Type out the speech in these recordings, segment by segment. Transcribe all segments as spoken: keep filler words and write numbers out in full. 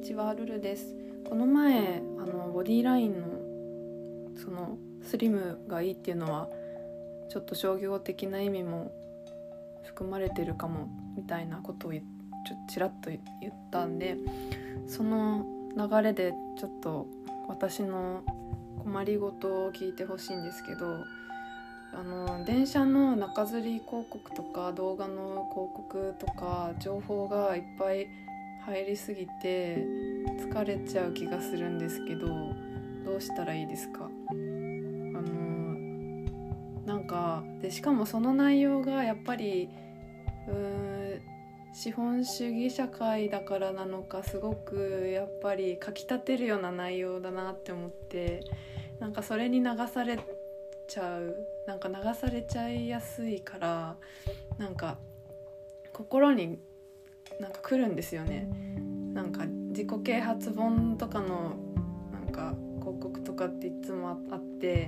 ちは、ルルです。この前あのボディラインのそのスリムがいいっていうのはちょっと商業的な意味も含まれてるかもみたいなことをちょちらっと言ったんで、その流れでちょっと私の困りごとを聞いてほしいんですけど、あの電車の中吊り広告とか動画の広告とか情報がいっぱい入りすぎて疲れちゃう気がするんですけど、どうしたらいいですか？あのなんかでしかもその内容がやっぱりうーん資本主義社会だからなのか、すごくやっぱりかきたてるような内容だなって思って、なんかそれに流されちゃうなんか流されちゃいやすいから、なんか心になんか来るんですよね。なんか自己啓発本とかのなんか広告とかっていつもあって、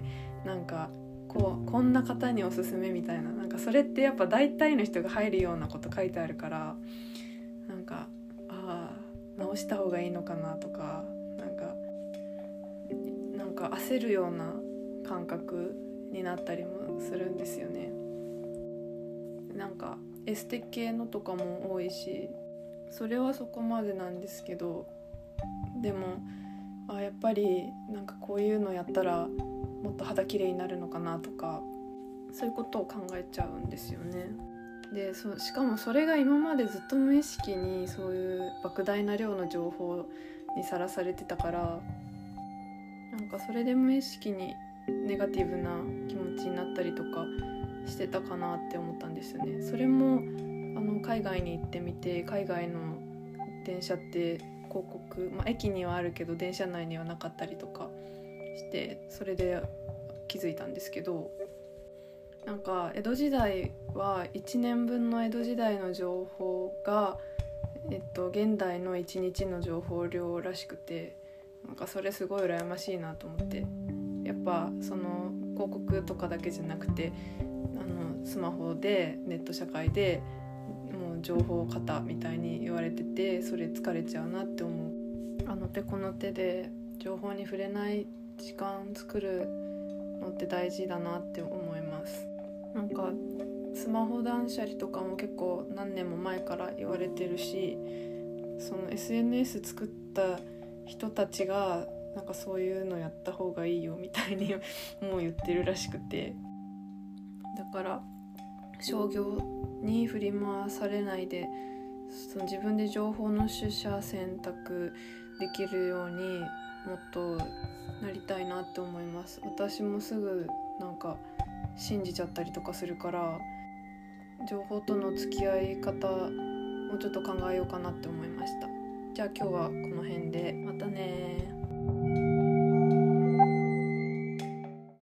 なんかこうこんな方におすすめみたいな、なんかそれってやっぱ大体の人が入るようなこと書いてあるから、なんかああ直した方がいいのかなとか、なんかなんか焦るような感覚になったりもするんですよね。なんかエステ系のとかも多いし、それはそこまでなんですけど、でもあやっぱりなんかこういうのやったらもっと肌きれいになるのかなとか、そういうことを考えちゃうんですよね。でそしかもそれが今までずっと無意識にそういう莫大な量の情報にさらされてたから、なんかそれで無意識にネガティブな気持ちになったりとかしてたかなって思ったんですよね。それもあの海外に行ってみて、海外の電車って広告、まあ、駅にはあるけど電車内にはなかったりとかして、それで気づいたんですけど、なんか江戸時代はいちねんぶんの江戸時代の情報が、えっと、現代のいちにちの情報量らしくて、なんかそれすごい羨ましいなと思って、やっぱその広告とかだけじゃなくて、あのスマホでネット社会でもう情報過多みたいに言われてて、それ疲れちゃうなって思う。あの手この手で情報に触れない時間作るのって大事だなって思います。なんかスマホ断捨離とかも結構何年も前から言われてるし、その エスエヌエス 作った人たちがなんかそういうのやった方がいいよみたいにもう言ってるらしくて、だから商業に振り回されないで、その自分で情報の取捨選択できるようにもっとなりたいなって思います。私もすぐなんか信じちゃったりとかするから、情報との付き合い方もうちょっと考えようかなって思いました。じゃあ今日はこの辺で、またね。